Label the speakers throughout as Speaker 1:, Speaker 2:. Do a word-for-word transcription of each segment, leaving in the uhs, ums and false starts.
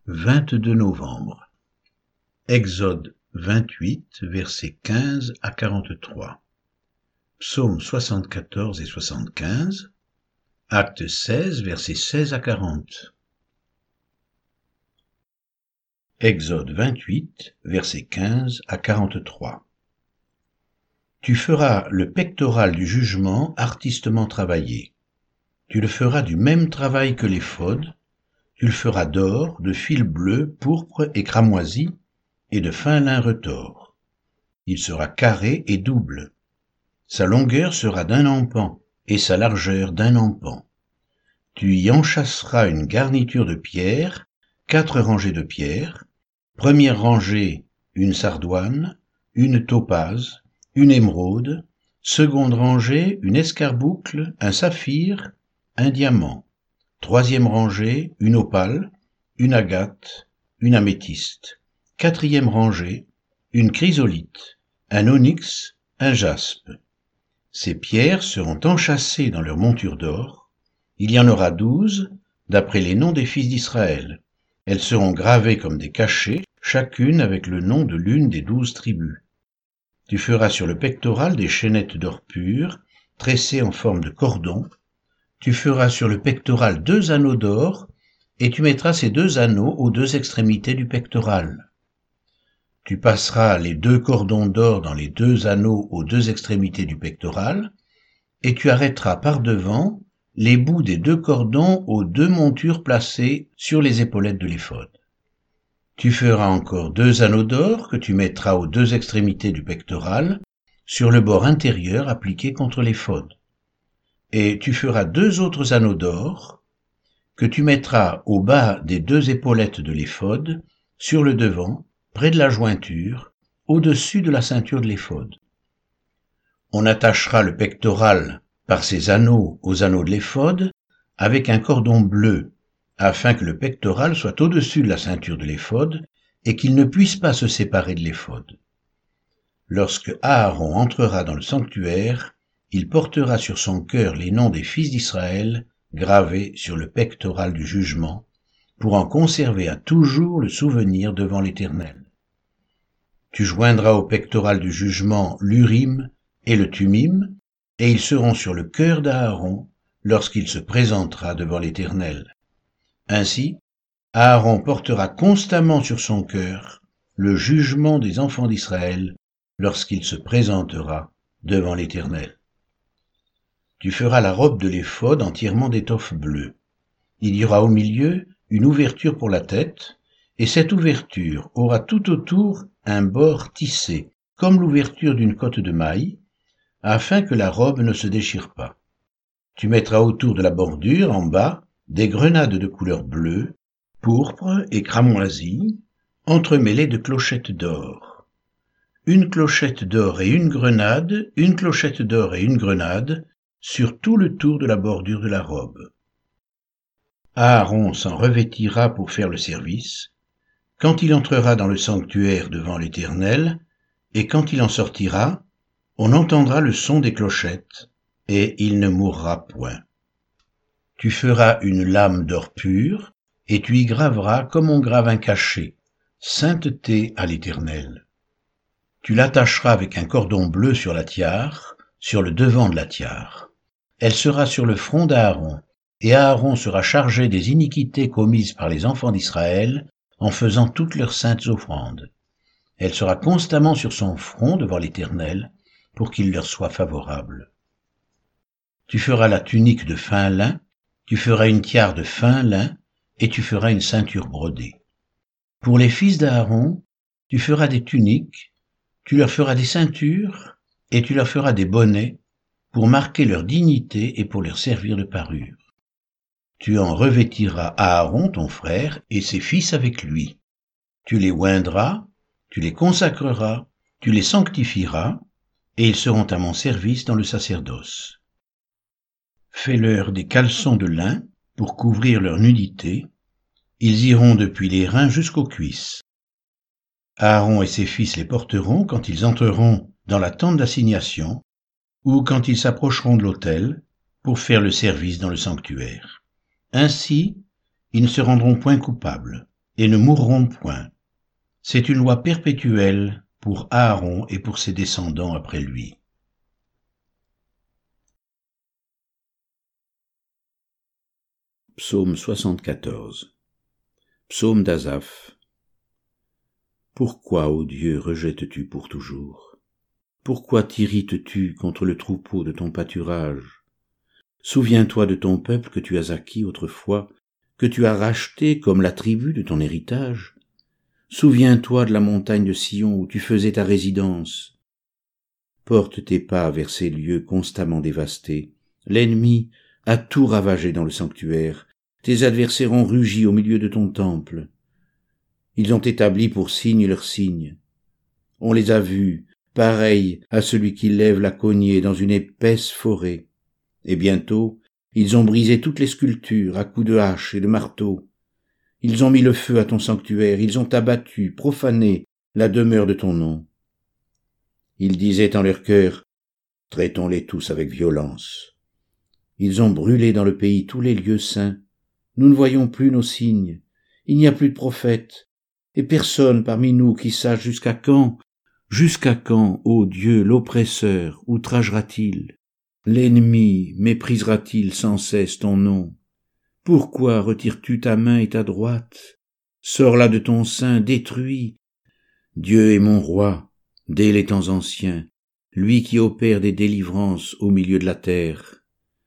Speaker 1: vingt-deux novembre. Exode vingt-huit, versets quinze à quarante-trois. Psaume soixante-quatorze et soixante-quinze. Acte seize, versets seize à quarante. Exode vingt-huit, versets quinze à quarante-trois. Tu feras le pectoral du jugement artistement travaillé. Tu le feras du même travail que l'éphod. Tu le feras d'or, de fil bleu, pourpre et cramoisi, et de fin lin retors. Il sera carré et double. Sa longueur sera d'un empan, et sa largeur d'un empan. Tu y enchâsseras une garniture de pierre, quatre rangées de pierres, première rangée, une sardoine, une topaze, une émeraude, seconde rangée, une escarboucle, un saphir, un diamant, troisième rangée, une opale, une agate, une améthyste, quatrième rangée, une chrysolite, un onyx, un jaspe. Ces pierres seront enchâssées dans leur monture d'or. Il y en aura douze, d'après les noms des fils d'Israël. Elles seront gravées comme des cachets, chacune avec le nom de l'une des douze tribus. Tu feras sur le pectoral des chaînettes d'or pur, tressées en forme de cordon. Tu feras sur le pectoral deux anneaux d'or, et tu mettras ces deux anneaux aux deux extrémités du pectoral. Tu passeras les deux cordons d'or dans les deux anneaux aux deux extrémités du pectoral, et tu arrêteras par devant les bouts des deux cordons aux deux montures placées sur les épaulettes de l'éphod. Tu feras encore deux anneaux d'or que tu mettras aux deux extrémités du pectoral, sur le bord intérieur appliqué contre l'éphod. Et tu feras deux autres anneaux d'or que tu mettras au bas des deux épaulettes de l'éphod, sur le devant, près de la jointure, au-dessus de la ceinture de l'éphod. On attachera le pectoral par ces anneaux aux anneaux de l'éphod avec un cordon bleu, afin que le pectoral soit au-dessus de la ceinture de l'éphod et qu'il ne puisse pas se séparer de l'éphod. Lorsque Aaron entrera dans le sanctuaire, il portera sur son cœur les noms des fils d'Israël gravés sur le pectoral du jugement, pour en conserver à toujours le souvenir devant l'Éternel. Tu joindras au pectoral du jugement l'Urim et le Tumim, et ils seront sur le cœur d'Aaron lorsqu'il se présentera devant l'Éternel. Ainsi, Aaron portera constamment sur son cœur le jugement des enfants d'Israël lorsqu'il se présentera devant l'Éternel. Tu feras la robe de l'éphod entièrement d'étoffe bleue. Il y aura au milieu une ouverture pour la tête, et cette ouverture aura tout autour un bord tissé, comme l'ouverture d'une cotte de maille, afin que la robe ne se déchire pas. Tu mettras autour de la bordure, en bas, des grenades de couleur bleue, pourpre et cramoisie, entremêlées de clochettes d'or. Une clochette d'or et une grenade, une clochette d'or et une grenade, sur tout le tour de la bordure de la robe. Aaron s'en revêtira pour faire le service, quand il entrera dans le sanctuaire devant l'Éternel, et quand il en sortira, on entendra le son des clochettes, et il ne mourra point. Tu feras une lame d'or pur, et tu y graveras comme on grave un cachet, sainteté à l'Éternel. Tu l'attacheras avec un cordon bleu sur la tiare, sur le devant de la tiare. Elle sera sur le front d'Aaron, et Aaron sera chargé des iniquités commises par les enfants d'Israël en faisant toutes leurs saintes offrandes. Elle sera constamment sur son front devant l'Éternel, pour qu'il leur soit favorable. Tu feras la tunique de fin lin, tu feras une tiare de fin lin, et tu feras une ceinture brodée. Pour les fils d'Aaron, tu feras des tuniques, tu leur feras des ceintures, et tu leur feras des bonnets, pour marquer leur dignité et pour leur servir de parure. Tu en revêtiras Aaron, ton frère, et ses fils avec lui. Tu les oindras, tu les consacreras, tu les sanctifieras, et ils seront à mon service dans le sacerdoce. Fais-leur des caleçons de lin pour couvrir leur nudité. Ils iront depuis les reins jusqu'aux cuisses. Aaron et ses fils les porteront quand ils entreront dans la tente d'assignation ou quand ils s'approcheront de l'autel pour faire le service dans le sanctuaire. Ainsi, ils ne se rendront point coupables, et ne mourront point. C'est une loi perpétuelle pour Aaron et pour ses descendants après lui.
Speaker 2: Psaume soixante-quatorze. Psaume d'Asaph. Pourquoi, ô Dieu, rejettes-tu pour toujours? Pourquoi t'irrites-tu contre le troupeau de ton pâturage? Souviens-toi de ton peuple que tu as acquis autrefois, que tu as racheté comme la tribu de ton héritage. Souviens-toi de la montagne de Sion où tu faisais ta résidence. Porte tes pas vers ces lieux constamment dévastés. L'ennemi a tout ravagé dans le sanctuaire. Tes adversaires ont rugi au milieu de ton temple. Ils ont établi pour signe leurs signes. On les a vus, pareils à celui qui lève la cognée dans une épaisse forêt. Et bientôt, ils ont brisé toutes les sculptures à coups de hache et de marteau. Ils ont mis le feu à ton sanctuaire, ils ont abattu, profané la demeure de ton nom. Ils disaient en leur cœur, traitons-les tous avec violence. Ils ont brûlé dans le pays tous les lieux saints. Nous ne voyons plus nos signes. Il n'y a plus de prophètes. Et personne parmi nous qui sache jusqu'à quand, jusqu'à quand, ô Dieu, l'oppresseur outragera-t-il? L'ennemi méprisera-t-il sans cesse ton nom? Pourquoi retires-tu ta main et ta droite? Sors-la de ton sein, détruis. Dieu est mon roi, dès les temps anciens, lui qui opère des délivrances au milieu de la terre.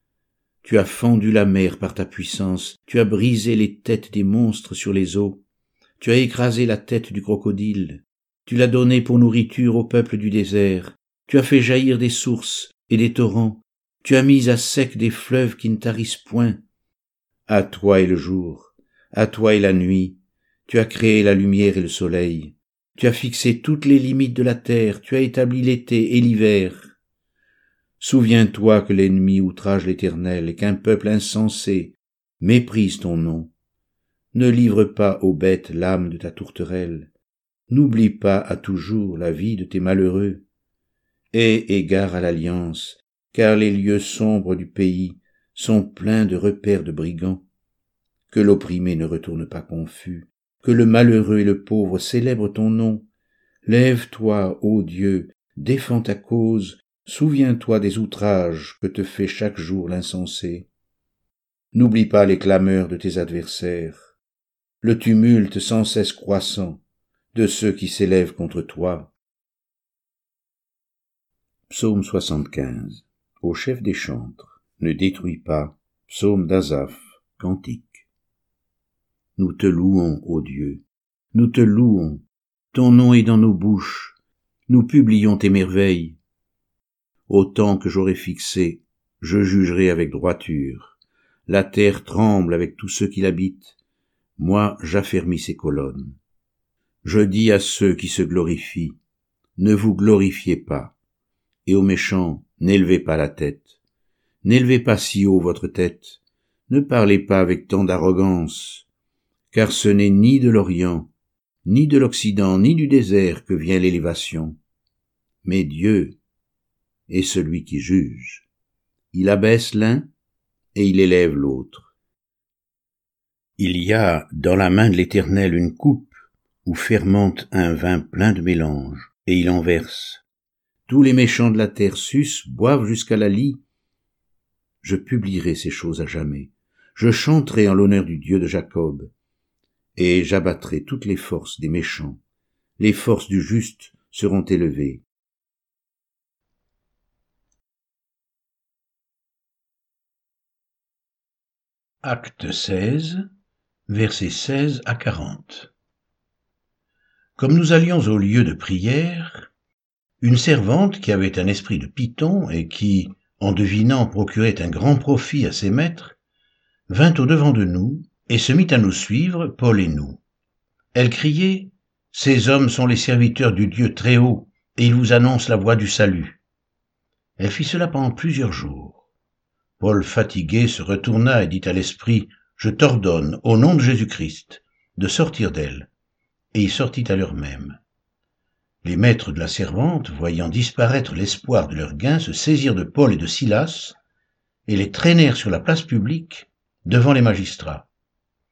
Speaker 2: Tu as fendu la mer par ta puissance, tu as brisé les têtes des monstres sur les eaux, tu as écrasé la tête du crocodile, tu l'as donné pour nourriture au peuple du désert, tu as fait jaillir des sources et des torrents, tu as mis à sec des fleuves qui ne tarissent point. À toi est le jour, à toi est la nuit, tu as créé la lumière et le soleil, tu as fixé toutes les limites de la terre, tu as établi l'été et l'hiver. Souviens-toi que l'ennemi outrage l'Éternel et qu'un peuple insensé méprise ton nom. Ne livre pas aux bêtes l'âme de ta tourterelle. N'oublie pas à toujours la vie de tes malheureux. Aie égard à l'alliance, car les lieux sombres du pays sont pleins de repères de brigands. Que l'opprimé ne retourne pas confus, que le malheureux et le pauvre célèbrent ton nom. Lève-toi, ô Dieu, défends ta cause, souviens-toi des outrages que te fait chaque jour l'insensé. N'oublie pas les clameurs de tes adversaires, le tumulte sans cesse croissant de ceux qui s'élèvent contre toi. Psaume soixante-quinze. Au chef des chantres, ne détruis pas. Psaume d'Asaph, cantique. Nous te louons, ô Dieu, nous te louons, ton nom est dans nos bouches, nous publions tes merveilles. Au temps que j'aurai fixé, je jugerai avec droiture. La terre tremble avec tous ceux qui l'habitent. Moi, j'affermis ses colonnes. Je dis à ceux qui se glorifient, ne vous glorifiez pas. Et aux méchants, n'élevez pas la tête. N'élevez pas si haut votre tête. Ne parlez pas avec tant d'arrogance. Car ce n'est ni de l'Orient, ni de l'Occident, ni du désert que vient l'élévation. Mais Dieu est celui qui juge. Il abaisse l'un et il élève l'autre. Il y a dans la main de l'Éternel une coupe où fermente un vin plein de mélange, et il en verse. Tous les méchants de la terre sucent, boivent jusqu'à la lie. Je publierai ces choses à jamais. Je chanterai en l'honneur du Dieu de Jacob, et j'abattrai toutes les forces des méchants. Les forces du juste seront élevées.
Speaker 1: Acte seize, versets seize à quarante. Comme nous allions au lieu de prière, une servante qui avait un esprit de python et qui, en devinant, procurait un grand profit à ses maîtres, vint au-devant de nous et se mit à nous suivre, Paul et nous. Elle criait « Ces hommes sont les serviteurs du Dieu très haut, et ils vous annoncent la voie du salut. » Elle fit cela pendant plusieurs jours. Paul, fatigué, se retourna et dit à l'esprit « Je t'ordonne, au nom de Jésus-Christ, de sortir d'elle. » Et il sortit à l'heure même. Les maîtres de la servante, voyant disparaître l'espoir de leur gain, se saisirent de Paul et de Silas et les traînèrent sur la place publique devant les magistrats.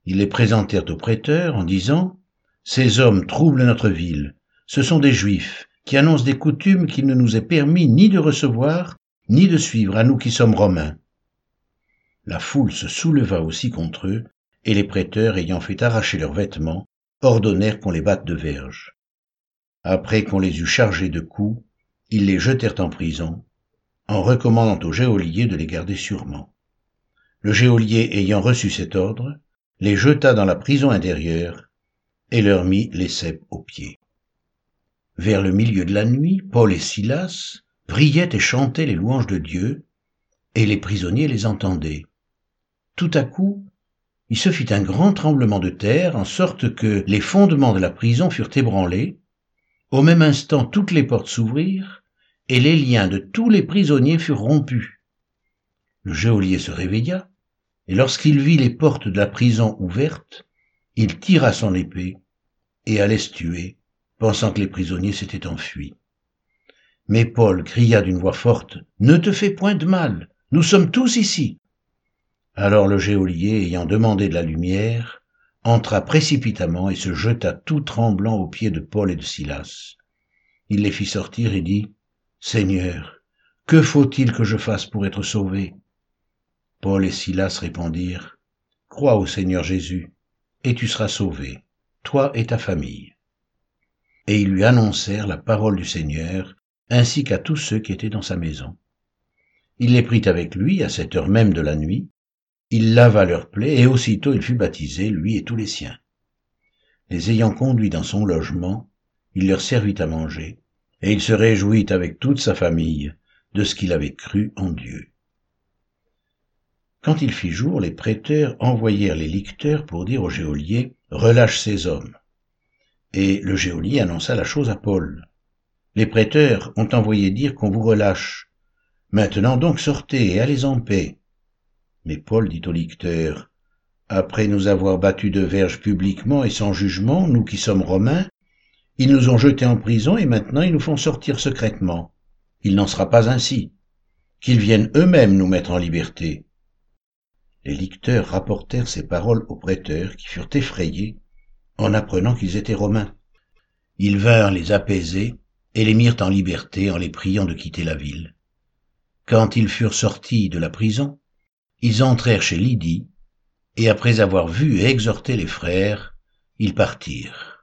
Speaker 1: Ils les présentèrent aux prêteurs en disant « Ces hommes troublent notre ville. Ce sont des Juifs qui annoncent des coutumes qu'il ne nous est permis ni de recevoir, ni de suivre à nous qui sommes Romains. » La foule se souleva aussi contre eux, et les prêteurs, ayant fait arracher leurs vêtements, ordonnèrent qu'on les batte de verges. Après qu'on les eut chargés de coups, ils les jetèrent en prison, en recommandant au geôlier de les garder sûrement. Le geôlier, ayant reçu cet ordre, les jeta dans la prison intérieure et leur mit les ceps aux pieds. Vers le milieu de la nuit, Paul et Silas priaient et chantaient les louanges de Dieu, et les prisonniers les entendaient. Tout à coup, il se fit un grand tremblement de terre, en sorte que les fondements de la prison furent ébranlés. Au même instant, toutes les portes s'ouvrirent, et les liens de tous les prisonniers furent rompus. Le geôlier se réveilla, et lorsqu'il vit les portes de la prison ouvertes, il tira son épée et allait se tuer, pensant que les prisonniers s'étaient enfuis. Mais Paul cria d'une voix forte « Ne te fais point de mal, nous sommes tous ici !» Alors le geôlier, ayant demandé de la lumière, entra précipitamment et se jeta tout tremblant aux pieds de Paul et de Silas. Il les fit sortir et dit « Seigneur, que faut-il que je fasse pour être sauvé ?» Paul et Silas répondirent « Crois au Seigneur Jésus, et tu seras sauvé, toi et ta famille. » Et ils lui annoncèrent la parole du Seigneur, ainsi qu'à tous ceux qui étaient dans sa maison. Il les prit avec lui à cette heure même de la nuit, il lava leurs plaies, et aussitôt il fut baptisé, lui et tous les siens. Les ayant conduits dans son logement, il leur servit à manger, et il se réjouit avec toute sa famille de ce qu'il avait cru en Dieu. Quand il fit jour, les prêteurs envoyèrent les licteurs pour dire au geôlier « Relâche ces hommes ». Et le geôlier annonça la chose à Paul. « Les prêteurs ont envoyé dire qu'on vous relâche. Maintenant donc sortez et allez en paix. » Mais Paul dit aux licteurs « Après nous avoir battus de verges publiquement et sans jugement, nous qui sommes Romains, ils nous ont jetés en prison et maintenant ils nous font sortir secrètement. Il n'en sera pas ainsi. Qu'ils viennent eux-mêmes nous mettre en liberté. » Les licteurs rapportèrent ces paroles aux prêteurs qui furent effrayés en apprenant qu'ils étaient Romains. Ils vinrent les apaiser et les mirent en liberté en les priant de quitter la ville. Quand ils furent sortis de la prison, ils entrèrent chez Lydie et après avoir vu et exhorté les frères, ils partirent.